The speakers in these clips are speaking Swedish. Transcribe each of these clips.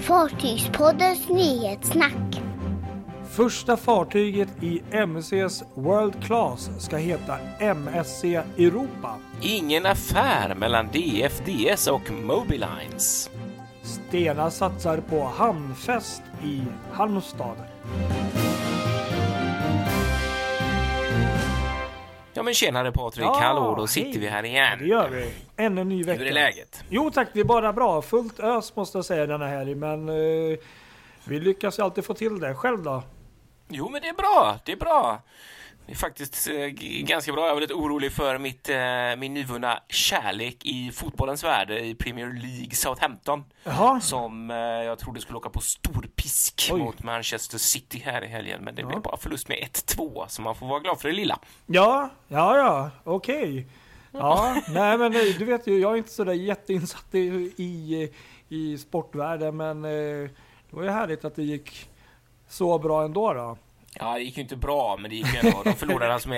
Fartygspoddens nyhetssnack. Första fartyget i MSCs World Class ska heta MSC Europa. Ingen affär mellan DFDS och Mobilines. Stena satsar på hamnfest i Halmstad. Ja men tjenare Patrik, hallå, då sitter vi här igen. Det gör vi. Ännu en ny vecka. Hur är läget? Jo tack, det är bara bra. Fullt ös måste jag säga denna här, men vi lyckas ju alltid få till det. Själv då? Jo men det är bra, det är bra. Det är faktiskt ganska bra. Jag är lite orolig för min nyvunna kärlek i fotbollens värld i Premier League Southampton. Jaha. Som jag trodde skulle åka på stor pisk mot Manchester City här i helgen. Men det blev bara förlust med 1-2, så man får vara glad för det lilla. Ja, okej. Ja, nej men du vet ju, jag är inte så där jätteinsatt i sportvärlden, men det var ju härligt att det gick så bra ändå då. Ja, det gick ju inte bra, men det gick ju ändå. De förlorade alltså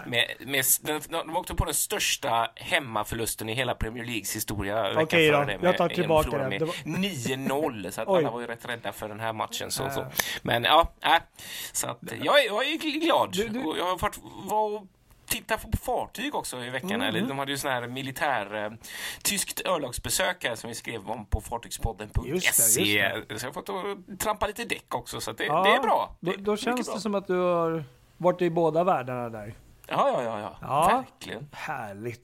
de åkte på den största hemmaförlusten i hela Premier Leagues historia. Okej då, jag tar tillbaka det. Med 9-0, så att alla var ju rätt rädda för den här matchen. Så. Men så att jag är glad. Jag har titta på fartyg också i veckan. Eller de hade ju sån här militär tyskt örlogsbesökare som vi skrev om på fartygspodden.se. Så jag har fått trampa lite däck också, så att det är bra. Då känns det som att du har varit i båda världarna där. Ja. Verkligen. Härligt.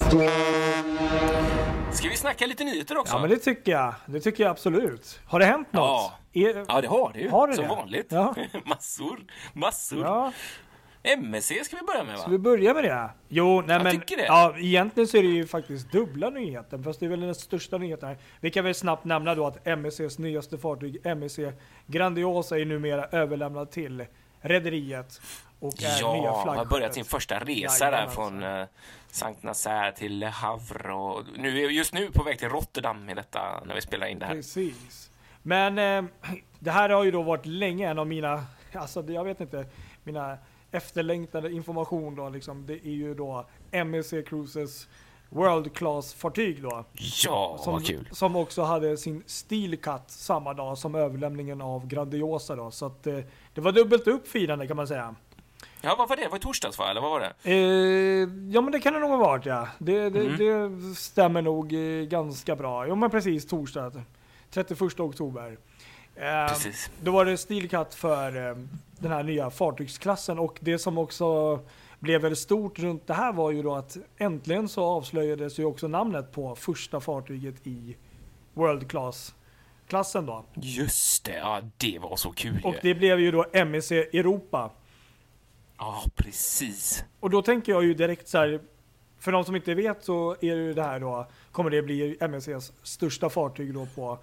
Ska vi snacka lite nyheter också? Ja, men det tycker jag absolut. Har det hänt något? Ja, det har det ju. Har det som det? vanligt. Ja. Massor. Ja. MSC ska vi börja med, va? Ska vi börja med det? Jo, nej men tycker det. Ja, egentligen så är det ju faktiskt dubbla nyheter, fast det är väl den största nyheten här. Vi kan väl snabbt nämna då att MSCs nyaste fartyg, MSC Grandiosa, är numera överlämnad till rederiet och är nya flaggskeppet. Har börjat sin första resa där från Sankt Nazaire till Le Havre och just nu på väg till Rotterdam med detta när vi spelar in det här. Precis. Men det här har ju då varit länge en av mina, jag vet inte, mina efterlängtade information då liksom. Det är ju då MSC Cruises World Class fartyg då. Ja, vad kul. Som också hade sin Steel Cut samma dag som överlämningen av Grandiosa då. Så att det var dubbelt upp firande, kan man säga. Ja, vad var det? Det var torsdags, va? Eller vad var det? Ja, men det kan det nog ha varit, ja. Det stämmer nog ganska bra. Jo, men precis, torsdag. 31 oktober. Precis. Då var det Steel Cut för den här nya fartygsklassen, och det som också blev väldigt stort runt det här var ju då att äntligen så avslöjades ju också namnet på första fartyget i World Class-klassen då. Just det, ja, det var så kul. Och det blev ju då MSC Europa. Ja, precis. Och då tänker jag ju direkt så här, för de som inte vet så är det ju det här då, kommer det bli MSCs största fartyg då på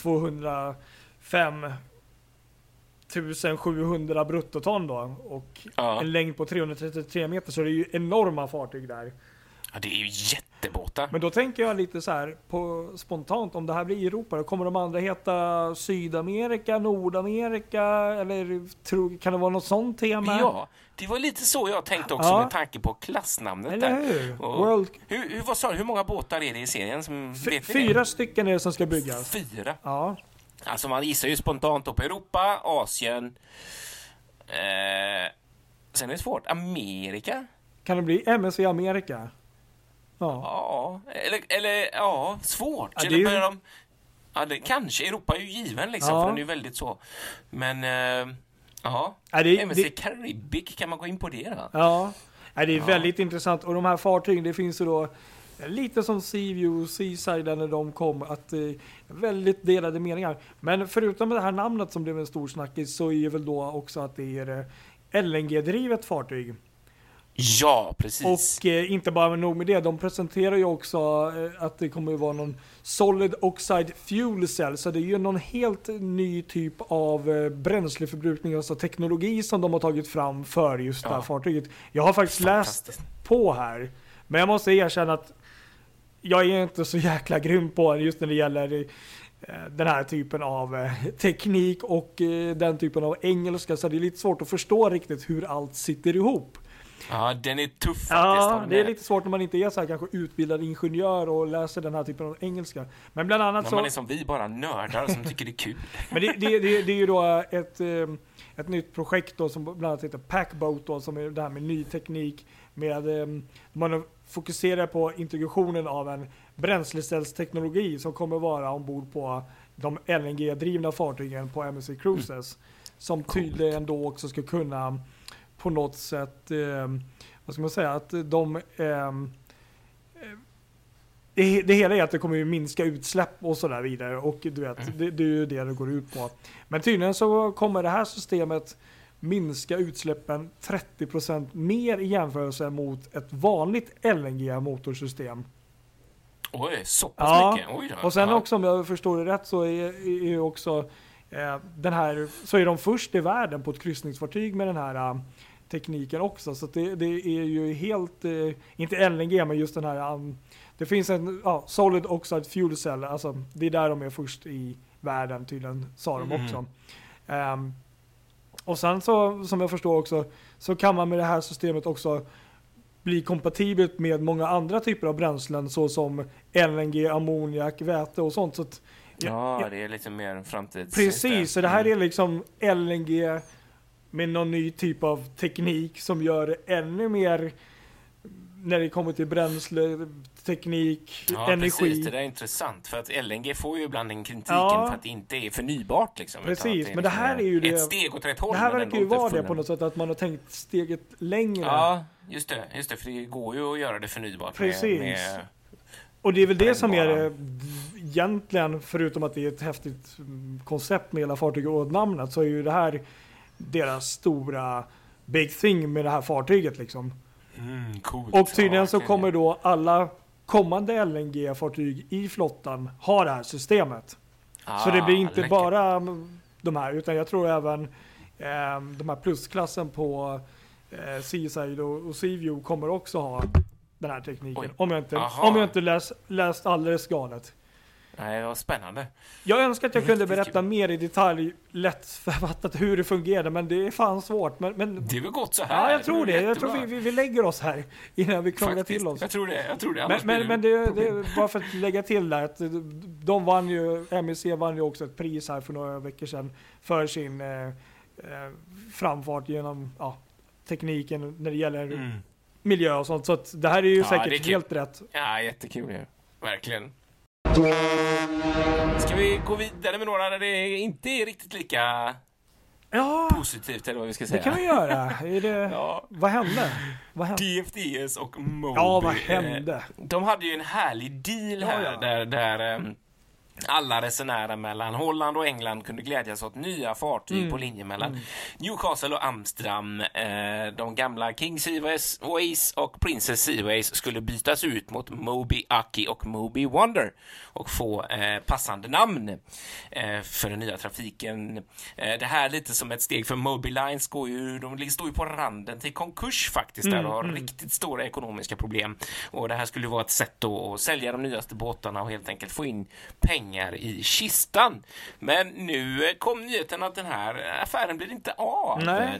205 700 bruttoton då, och en längd på 333 meter, så det är ju enorma fartyg där. Ja, det är ju jättebåtar. Men då tänker jag lite så här på spontant, om det här blir Europa, då kommer de andra heta Sydamerika, Nordamerika, eller kan det vara något sånt tema? Ja, det var lite så jag tänkte också med tanke på klassnamnet. Eller hur? World... Vad sa du, hur många båtar är det i serien som fyra stycken är det som ska byggas. 4? Ja. Alltså man gissar ju spontant på Europa, Asien, sen är det svårt, Amerika. Kan det bli MSC Amerika? Ja, eller svårt. Ja, eller börjar de, kanske, Europa är ju given liksom, för den är ju väldigt så. Men MSC Caribbean, kan man gå in på det då? Ja, det är väldigt intressant. Och de här fartygen, det finns ju då lite som Seaview, Seaside när de kom, att väldigt delade meningar. Men förutom det här namnet som blev en stor snackis, så är väl då också att det är LNG-drivet fartyg. Ja, precis. Och inte bara nog med det, de presenterar ju också att det kommer att vara någon solid oxide fuel cell, så det är ju någon helt ny typ av bränsleförbrukning, alltså teknologi som de har tagit fram för just det här fartyget. Jag har faktiskt läst på här, men jag måste erkänna att jag är inte så jäkla grym på just när det gäller den här typen av teknik och den typen av engelska, så det är lite svårt att förstå riktigt hur allt sitter ihop. Ja, den är tuff faktiskt. Ja, det är lite svårt när man inte är så här kanske utbildad ingenjör och läser den här typen av engelska. Men bland annat när så... man är som vi, bara nördar som tycker det är kul. Men det är ju då ett nytt projekt då som bland annat heter Packboat då, som är det här med ny teknik med man fokuserar på integrationen av en bränslecellsteknologi som kommer vara ombord på de LNG-drivna fartygen på MSC Cruises som tydligen då också ska kunna på något sätt vad ska man säga, att de det hela är att det kommer ju minska utsläpp och så där vidare, och du vet, det är ju det går ut på. Men tydligen så kommer det här systemet minska utsläppen 30% mer i jämförelse mot ett vanligt LNG-motorsystem. Oj, så pass mycket. Oj då. Och sen också, om jag förstår det rätt, så är också den här, så är de först i världen på ett kryssningsfartyg med den här tekniken också. Så det är ju helt, inte LNG, men just den här, det finns en solid oxide fuel cell, alltså det är där de är först i världen tydligen, sa de också. Och sen så, som jag förstår också, så kan man med det här systemet också bli kompatibelt med många andra typer av bränslen, så som LNG, ammoniak, väte och sånt. Så att, det är lite mer framtids. Precis, så det här är liksom LNG med någon ny typ av teknik som gör det ännu mer när det kommer till bränsle, teknik, energi. Precis, det där är intressant, för att LNG får ju ibland den kritiken för att det inte är förnybart liksom. Precis, men det här är ju ett steg åt rätt håll. Det här verkar ju vara det på något sätt, att man har tänkt steget längre. Ja, just det, för det går ju att göra det förnybart. Precis. Med och det är väl det som är det egentligen, förutom att det är ett häftigt koncept med hela fartyget och namnet, så är ju det här deras stora big thing med det här fartyget liksom. Coolt. Och tydligen så kommer då alla kommande LNG-fartyg i flottan ha det här systemet. Så det blir inte bara de här, utan jag tror även de här plusklassen på Seaside och Seaview kommer också ha den här tekniken. Oj. Om jag inte läst alldeles galet. Nej, det var spännande. Jag önskar att jag kunde berätta mer i detalj, lättförfattat hur det fungerar, men det är fan svårt. Men det är väl gott så här. Ja, jag tror det. Jag tror vi lägger oss här innan vi krånglar till oss. Jag tror det. Men det är bara för att lägga till där, att de vann ju, MSC vann ju också ett pris här för några veckor sedan för sin framfart genom tekniken när det gäller miljö och sånt. Så att det här är ju säkert helt rätt. Ja, jättekul. Ja. Verkligen. Ska vi gå vidare med några där det inte är riktigt lika positivt, eller vad vi ska säga? Det kan vi göra. Vad hände? DFDS och Moby. Ja, vad hände? De hade ju en härlig deal här där alla resenärer mellan Holland och England kunde glädjas åt nya fartyg på linjen mellan Newcastle och Amsterdam. De gamla King Seaways och Princess Seaways skulle bytas ut mot Moby Aki och Moby Wonder och få passande namn för den nya trafiken. Det här är lite som ett steg för Moby Lines. De står ju på randen till konkurs faktiskt där och har riktigt stora ekonomiska problem. Och det här skulle vara ett sätt då att sälja de nyaste båtarna och helt enkelt få in pengar i kistan. Men nu kom nyheten att den här affären blir inte av. Nej.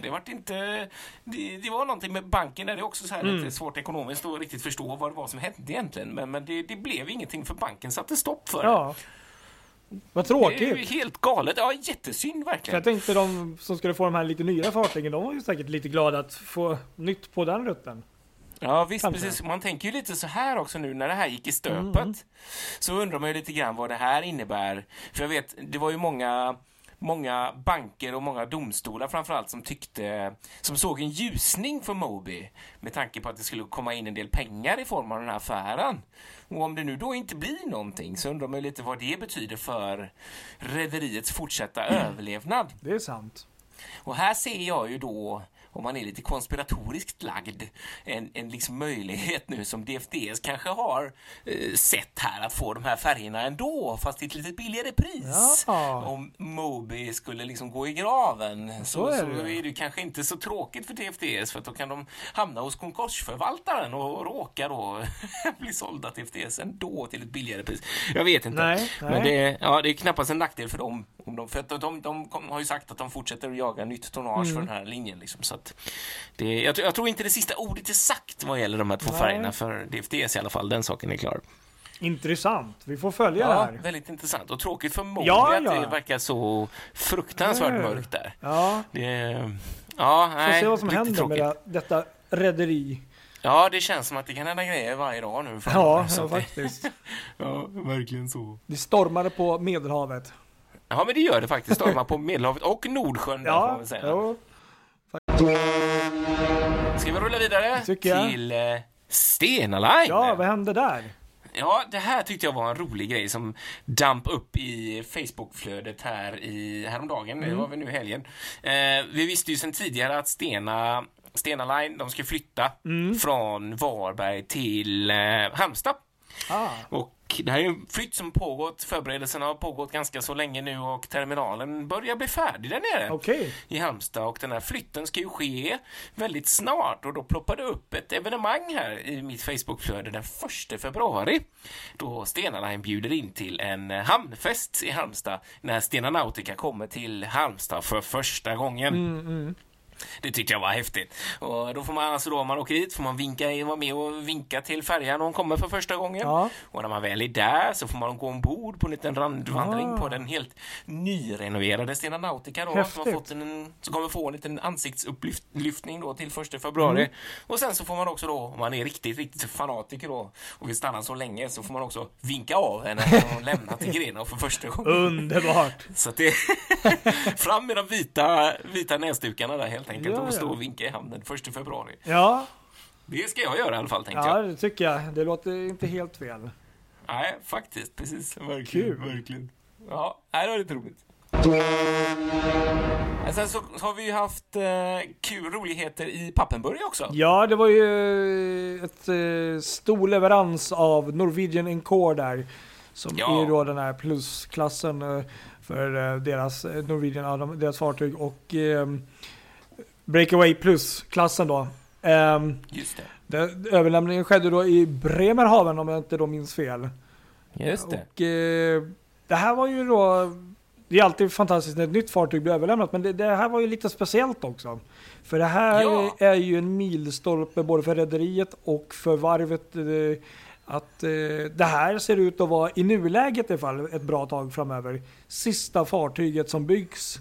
Det var någonting med banken där det är också så här lite svårt ekonomiskt att riktigt förstå vad det var som hände egentligen. Men det blev ingenting, för banken satte stopp för det. Ja. Vad tråkigt. Det är helt galet. Ja, jättesynd verkligen. Jag tänkte de som skulle få de här lite nya fartygen, de var ju säkert lite glada att få nytt på den rutten. Ja, visst, precis. Man tänker ju lite så här också nu när det här gick i stöpet. Så undrar man ju lite grann vad det här innebär. För jag vet, det var ju många banker och många domstolar framförallt som såg en ljusning för Moby med tanke på att det skulle komma in en del pengar i form av den här affären. Och om det nu då inte blir någonting, så undrar man ju lite vad det betyder för rederiets fortsatta överlevnad. Det är sant. Och här ser jag ju då, om man är lite konspiratoriskt lagd, en liksom möjlighet nu som DFDS kanske har sett här, att få de här färgerna ändå, fast till ett lite billigare pris. Ja. Om Moby skulle liksom gå i graven så är det kanske inte så tråkigt för DFDS, för att då kan de hamna hos konkursförvaltaren och råka då bli sålda till DFDS ändå till ett billigare pris. Jag vet inte. Nej. Men det är knappast en nackdel för dem. För att de har ju sagt att de fortsätter att jaga nytt tonnage för den här linjen liksom, så att att jag tror inte det sista ordet är sagt vad gäller de här två färgerna för DFDS i alla fall, den saken är klar. Intressant, vi får följa det här. Väldigt intressant och tråkigt för många att det verkar så fruktansvärt mörkt där. Ja. Får se vad som händer tråkigt med detta rederi. Ja, det känns som att det kan hända grejer varje dag nu. Faktiskt. Ja, verkligen så. Det stormade på Medelhavet. Ja, men det gör det faktiskt. Stormar på Medelhavet och Nordsjön där, får man säga. Ja. Ska vi rulla vidare till Stena Line? Ja, vad hände där? Ja, det här tyckte jag var en rolig grej som damp upp i Facebookflödet häromdagen. Det var väl nu helgen. Vi visste ju sedan tidigare att Stena Line, de ska flytta från Varberg till Halmstad. Och det här är en flytt som pågått, förberedelserna har pågått ganska så länge nu och terminalen börjar bli färdig där nere i Halmstad, och den här flytten ska ju ske väldigt snart, och då ploppade upp ett evenemang här i mitt Facebookflöde den 1 februari då Stena Line bjuder in till en hamnfest i Halmstad när Stena Nautica kommer till Halmstad för första gången. Det tyckte jag var häftigt. Och då får man om man åker hit får man vara med och vinka till färjan när hon kommer för första gången. Och när man väl är där så får man gå ombord på en liten randvandring på den helt nyrenoverade Stena Nautica då, som kommer få en liten ansiktsupplyftning då till 1 februari. Och sen så får man också då, om man är riktigt fanatiker då och vill stanna så länge, så får man också vinka av henne när hon lämnar till Grena för första gången. Underbart! Så att det fram med de vita näsdukarna där helt enkelt och stå och vinka i hamnen 1 februari. Ja. Det ska jag göra i alla fall, tänkte jag. Ja, det tycker jag. Det låter inte helt fel. Nej, faktiskt. Precis. Verkligen. Ja, det var lite roligt. Sen så har vi ju haft kul roligheter i Pappenburg också. Ja, det var ju ett stor leverans av Norwegian Encore där. Som är då den här plusklassen för deras Norwegian, deras fartyg, och Breakaway Plus-klassen då. Just det. Överlämningen skedde då i Bremerhaven, om jag inte då minns fel. Just det. Och det här var ju då, det är alltid fantastiskt när ett nytt fartyg blir överlämnat, men det här var ju lite speciellt också. För det här är ju en milstolpe både för rederiet och för varvet, att det här ser ut att vara i nuläget i alla fall ett bra tag framöver sista fartyget som byggs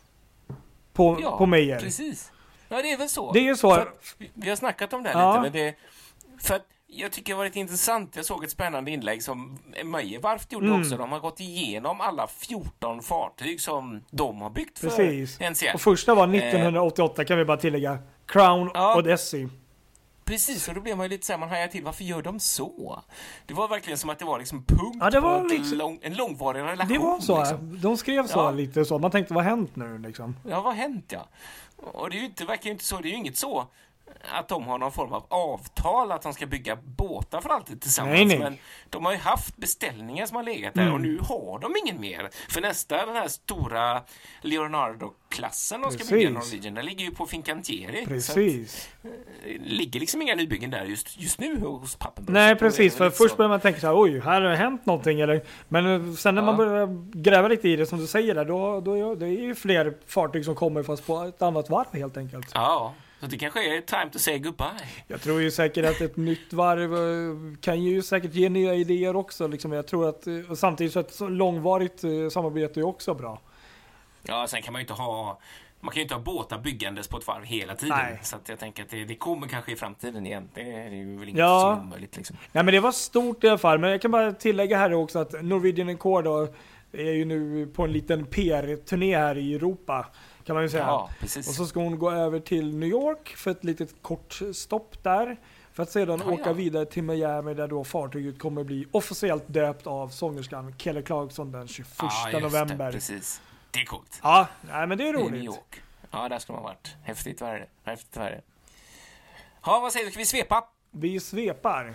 på Meyer. Precis. Ja, det är väl så. Det är så. Vi har snackat om det här lite, men för att jag tycker det var lite intressant. Jag såg ett spännande inlägg som Meyer Varv gjorde också. De har gått igenom alla 14 fartyg som de har byggt för NCL. Och första var 1988 kan vi bara tillägga. Crown Odyssey. Precis, och då blev man ju lite så här, man hajar till, varför gör de så? Det var verkligen som att det var liksom punkt det var på liksom, en långvarig relation. Det var så, liksom. De skrev så lite så. Man tänkte, vad har hänt nu liksom? Ja, vad har hänt, Och det är ju verkar ju inte så, det är ju inget så att de har någon form av avtal att de ska bygga båtar för alltid tillsammans. Nej. Men de har ju haft beställningar som har legat där och nu har de ingen mer. För den här stora Leonardo-klassen de ska bygga Norwegian, den ligger ju på Fincantieri. Precis. Så ligger liksom inga nybyggen där just nu hos Pappenburg. Nej, precis. För först börjar man tänka så här, oj, här har det hänt någonting. Eller, men sen när man börjar gräva lite i det som du säger där, då det är ju fler fartyg som kommer fast på ett annat varv helt enkelt. Ja, så det kanske är time to say goodbye. Jag tror ju säkert att ett nytt varv kan ju säkert ge nya idéer också. Liksom. Jag tror att samtidigt så ett så långvarigt samarbete är också bra. Ja, sen kan man ju inte man kan ju inte ha båtar byggandes på ett varv hela tiden. Nej. Så att jag tänker att det kommer kanske i framtiden igen. Det är ju väl inte så omöjligt liksom. Ja, men det var stort i alla fall. Men jag kan bara tillägga här också att Norwegian Encore då är ju nu på en liten PR-turné här i Europa, kan man ju säga. Ja, precis. Och så ska hon gå över till New York för ett litet kort stopp där. För att sedan åka vidare till Miami där då fartyget kommer bli officiellt döpt av sångerskan Kelly Clarkson den 21 november. Det, precis. Det är coolt. Ja, nej, men det är roligt. I New York. Ja, där ska man ha varit. Häftigt var det. Ja, vad säger du? Ska vi svepa? Vi svepar.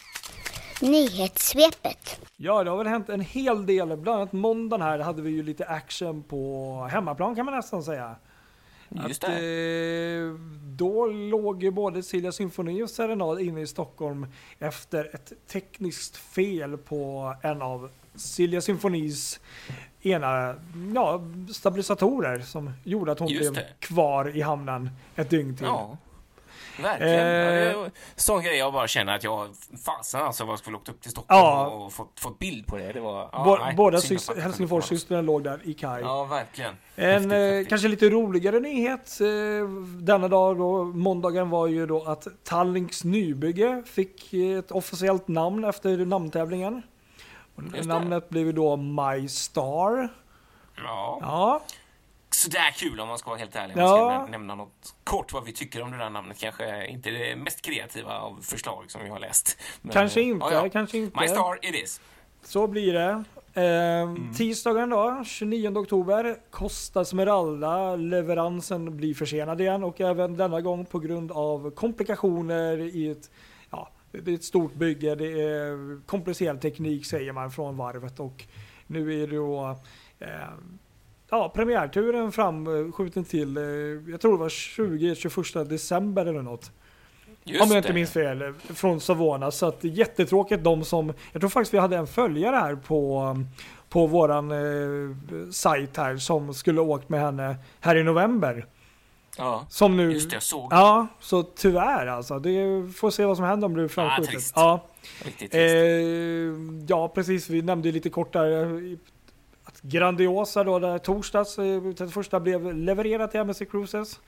Nyhetssvepet. Ja, det har väl hänt en hel del. Bland annat måndagen här hade vi ju lite action på hemmaplan, kan man nästan säga. Just det. Då låg ju både Silja Symfoni och Serenad inne i Stockholm efter ett tekniskt fel på en av Silja Symfonis ena stabilisatorer som gjorde att hon blev kvar i hamnen ett dygn till. Ja. Verkligen. Sån grej jag bara känner att jag fasen alltså var skulle åkt upp till Stockholm och fått bild på det. Det var båda Helsingfors-systrarna låg där i kaj. Ja, verkligen. Kanske lite roligare nyhet denna dag då, måndagen, var ju då att Tallinks nybygge fick ett officiellt namn efter namntävlingen. Namnet blev då My Star. Ja. Så det är kul om man ska vara helt ärlig. Man ska nämna något kort vad vi tycker om det där namnet. Kanske inte det mest kreativa av förslag som vi har läst. Men, kanske inte. My Star it is. Så blir det. Tisdagen då, 29 oktober, Costa Smeralda. Leveransen blir försenad igen och även denna gång på grund av komplikationer i det är ett stort bygge. Det är komplicerad teknik säger man från varvet och nu är det då premiärturen framskjuten till jag tror det var 20-21 december eller något. Om jag inte minns fel, från Savona. Så att jättetråkigt jag tror faktiskt vi hade en följare här på våran sajt här som skulle åkt med henne här i november. Ja, som nu, just det, jag såg. Ja, så tyvärr alltså. Det får se vad som händer om det blir framskjutet. Riktigt trist. Precis. Vi nämnde lite kort där att Grandiosa då, där torsdags 31 blev levererat till MSC Cruises.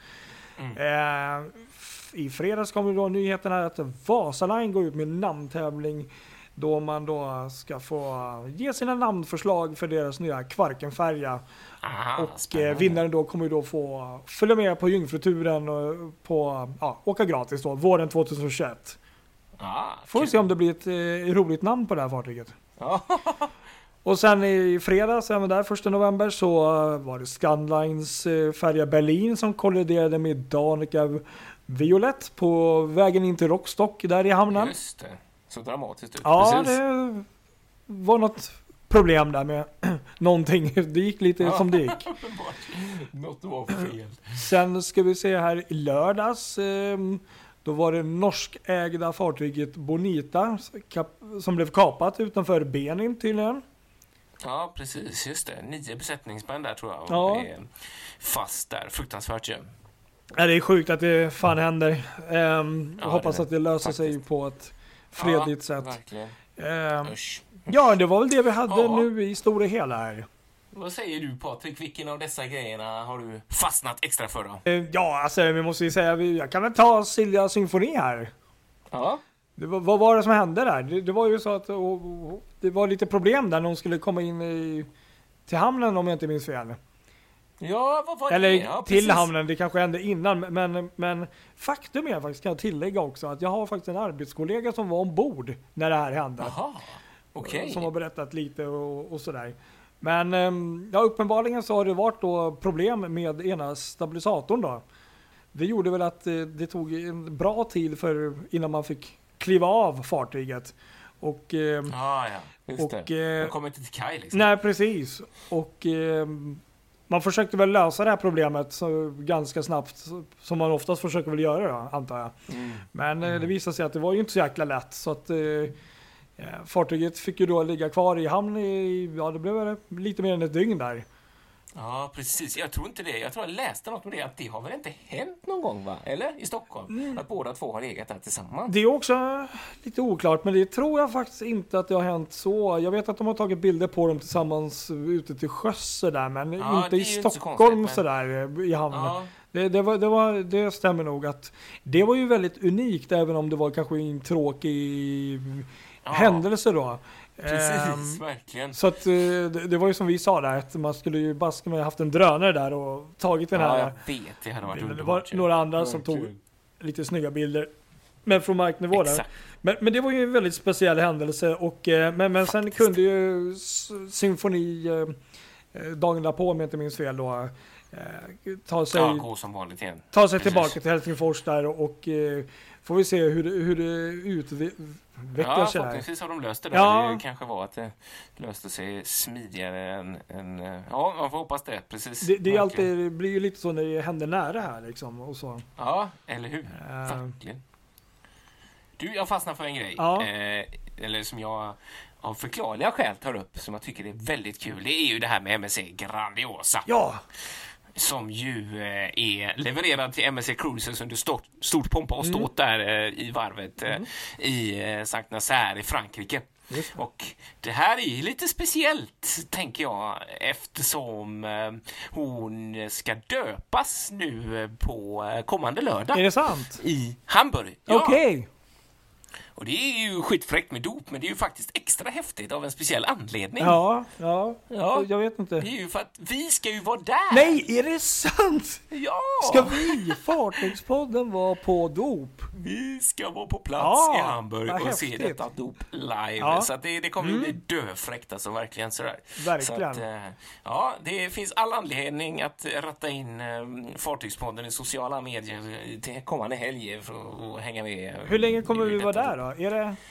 I fredags kom då nyheten här att Vasaline går ut med en namntävling då man då ska få ge sina namnförslag för deras nya Kvarkenfärja. Och vinnaren då kommer då få följa med på Jungfruturen och åka gratis då, våren 2021. Får vi se om det blir ett roligt namn på det här fartyget. Och sen i fredags, även där 1 november, så var det Scandlines färja Berlin som kolliderade med Danica Violet på vägen in till Rockstock där i hamnen. Just det. Så dramatiskt ut. Ja, precis. Det var något problem där med någonting. Det gick lite som det gick. Något var fel. Sen ska vi se här i lördags. Då var det norskägda fartyget Bonita som blev kapat utanför Benin tydligen. Ja, precis. Just det. 9 besättningsmän där tror jag. Ja. Är fast där. Fruktansvärt ju. Ja, det är sjukt att det fan händer. Hoppas att det löser sig på ett fredligt sätt. Verkligen. Ja, det var väl det vi hade nu i stora hela här. Vad säger du, Patrik? Vilken av dessa grejerna har du fastnat extra för då? Ja, alltså vi måste ju säga, jag kan väl ta Silja Symfoni här. Ja. Vad var det som hände där? Det var ju så att det var lite problem där när hon skulle komma in till hamnen om jag inte minns fel. Ja, vad var det? Eller ja, till hamnen, det kanske hände innan. Men faktum är faktiskt, kan jag tillägga också, att jag har faktiskt en arbetskollega som var ombord när det här hände. Jaha, okej. Som har berättat lite och sådär. Men uppenbarligen så har det varit då problem med ena stabilisatorn då. Det gjorde väl att det tog en bra tid innan man fick kliva av fartyget. Och, just det. Jag kommer inte till kaj liksom. Nej, precis. Och man försökte väl lösa det här problemet så ganska snabbt, som man oftast försöker väl göra då, antar jag. Men det visade sig att det var ju inte så jäkla lätt, så att fartyget fick ju då ligga kvar i hamn det blev lite mer än ett dygn där. Ja, precis. Jag tror inte det. Jag tror jag läste något om det, att det har väl inte hänt någon gång, va? Eller? I Stockholm. Att båda två har legat där tillsammans. Det är också lite oklart, men det tror jag faktiskt inte att det har hänt så. Jag vet att de har tagit bilder på dem tillsammans ute till sjöss där, men inte i Stockholm så där i hamnen. Ja. Det stämmer nog att det var ju väldigt unikt, även om det var kanske en tråkig händelse då. Precis, verkligen. Så att det var ju som vi sa där, att man skulle ju baska med haft en drönare där och tagit den här. Ja, jag vet, det hade varit underbart. Det var några andra som tog lite snygga bilder, men från marknivå där. Men det var ju en väldigt speciell händelse och men sen kunde ju Symfoni dagen därpå, om jag inte minns fel då, ta sig tillbaka till Helsingfors där och får vi se hur det utvecklar sig där. Förhoppningsvis har de löst det där. Ja. Det kanske var att det löste sig smidigare än ja, man får hoppas det. Precis. Det är alltid, det blir ju lite så när det händer nära här liksom. Och så. Ja, eller hur? Verkligen. Du, jag fastnar för en grej. Ja. Eller som jag av förklarliga skäl tar upp, som jag tycker är väldigt kul, det är ju det här med MSC Grandiosa. Ja! Som ju är levererad till MSC Cruises under stort pompa och ståt där i varvet i Saint Nazaire i Frankrike. Och det här är lite speciellt, tänker jag, eftersom hon ska döpas nu på kommande lördag. Är det sant? I Hamburg. Ja. Okej. Och det är ju skitfräckt med dop, men det är ju faktiskt extra häftigt av en speciell anledning. Ja, jag vet inte. Det är ju för att vi ska ju vara där. Nej, är det sant? Ja! Ska vi, Fartygspodden, vara på dop? Vi ska vara på plats i Hamburg och se detta dop live. Ja. Så att det kommer ju bli döfräckt, alltså verkligen sådär. Verkligen. Så att, det finns all anledning att ratta in Fartygspodden i sociala medier till kommande helg för att hänga med. Hur länge kommer vi vara där då? Är det...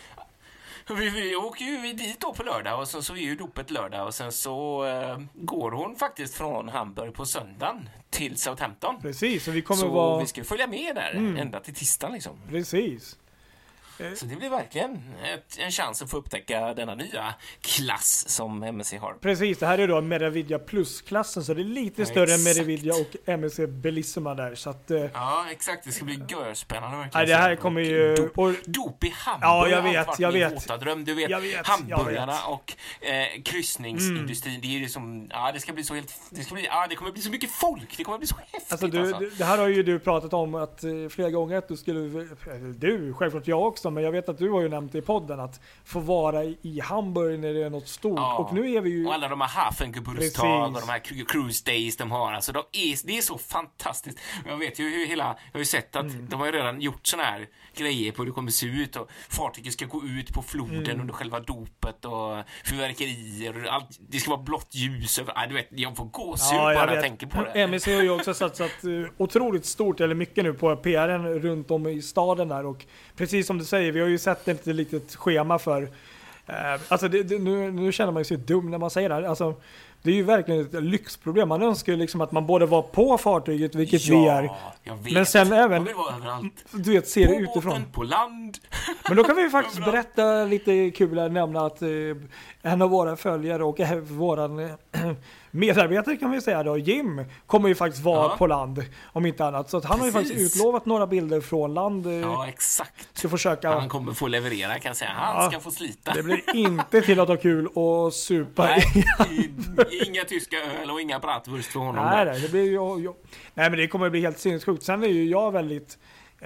Vi åker ju dit då på lördag och så är ju dopet lördag och sen så går hon faktiskt från Hamburg på söndagen till Southampton. Precis, och vi kommer så vi ska följa med där ända till tisdagen liksom. Precis. Så det blir verkligen en chans att få upptäcka denna nya klass som MSC har. Precis, det här är då Meravidia Plus-klassen, så det är lite större än Meravidia och MSC Bellissima där. Så att, ja, exakt. Det ska bli görspännande verkligen. Det här kommer ju... Dop i Hamburg. Ja, jag vet. Du vet, hamburgarna och kryssningsindustrin. Det är ju som... Ja, det ska bli så helt... Det kommer bli så mycket folk. Det kommer bli så häftigt. Alltså, det här har ju du pratat om att flera gånger att du skulle... Du, självklart jag också. Men jag vet att du har ju nämnt i podden att få vara i Hamburg när det är något stort. Ja. Och nu är vi ju... Och alla de här Hafengeburtstag och de här cruise days de har. Alltså det är så fantastiskt. Jag vet ju jag har ju sett att de har ju redan gjort såna här grejer på hur det kommer se ut. Och fartyget ska gå ut på floden under själva dopet och fyrverkerier och allt. Det ska vara blått ljus över. Du vet, jag får gåshud bara när jag tänker på det. MSC har ju också satsat otroligt stort eller mycket nu på PR:n runt om i staden där. Och precis som du säger, vi har ju sett ett litet schema för alltså nu känner man ju sig dum när man säger det här. Alltså, det är ju verkligen ett lyxproblem. Man önskar ju liksom att man både var på fartyget, vilket vi är. Jag vet. Men sen även vill vara överallt. Du vet, se det på utifrån. Båten, på land. Men då kan vi faktiskt berätta lite kul att nämna att en av våra följare och våran medarbetare kan vi säga då, Jim, kommer ju faktiskt vara på land om inte annat. Så att han har ju faktiskt utlovat några bilder från land. Ja, exakt. Ska försöka... Han kommer få leverera, kan jag säga. Han ska få slita. Det blir inte till att ha kul och supa. Nej, inga tyska öl och inga bratwurst för honom. Nej, det blir ju... Nej, men det kommer bli helt sinnessjukt. Sen är ju jag väldigt...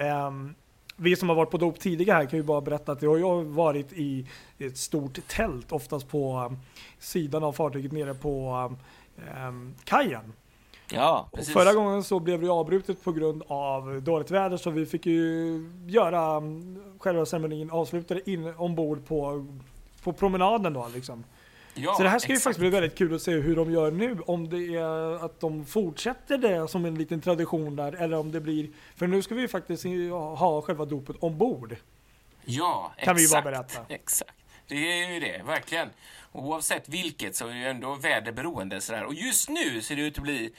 vi som har varit på dop tidigare här kan ju bara berätta att jag har varit i ett stort tält, oftast på sidan av fartyget nere på kajen. Ja, precis. Och förra gången så blev det avbrutet på grund av dåligt väder, så vi fick ju göra själva ceremonin avslutade in ombord på promenaden då liksom. Ja, så det här ska ju faktiskt bli väldigt kul att se hur de gör nu, om det är att de fortsätter det som en liten tradition där, eller om det blir, för nu ska vi ju faktiskt ha själva dopet ombord. Ja, kan exakt, vi ju bara berätta. Exakt. Det är ju det, verkligen. Oavsett vilket så är ju ändå väderberoende sådär. Och just nu ser det ut att bli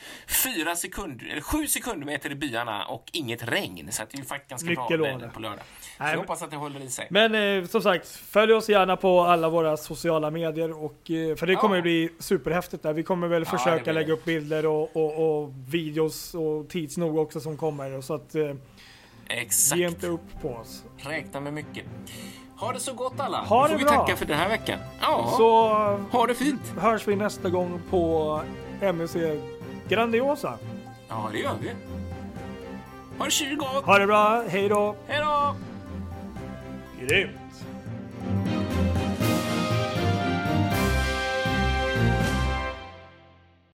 7 sekundmeter i byarna och inget regn. Så att det är ju faktiskt ganska mycket bra väder på lördag. Så jag hoppas att det håller i sig. Men som sagt, följ oss gärna på alla våra sociala medier. Och, för det kommer bli superhäftigt där. Vi kommer väl försöka lägga upp bilder och videos och tids nog också som kommer. Så att ge inte upp på oss. Räkna med mycket. Ha det så gott alla. Ha det får vi bra. tacka för den här veckan. Ja, så ha det fint. Hörs vi nästa gång på MSC Grandiosa. Ja, det gör vi. Ha det 20 gott. Ha det bra. Hej då. Hej då. Grymt.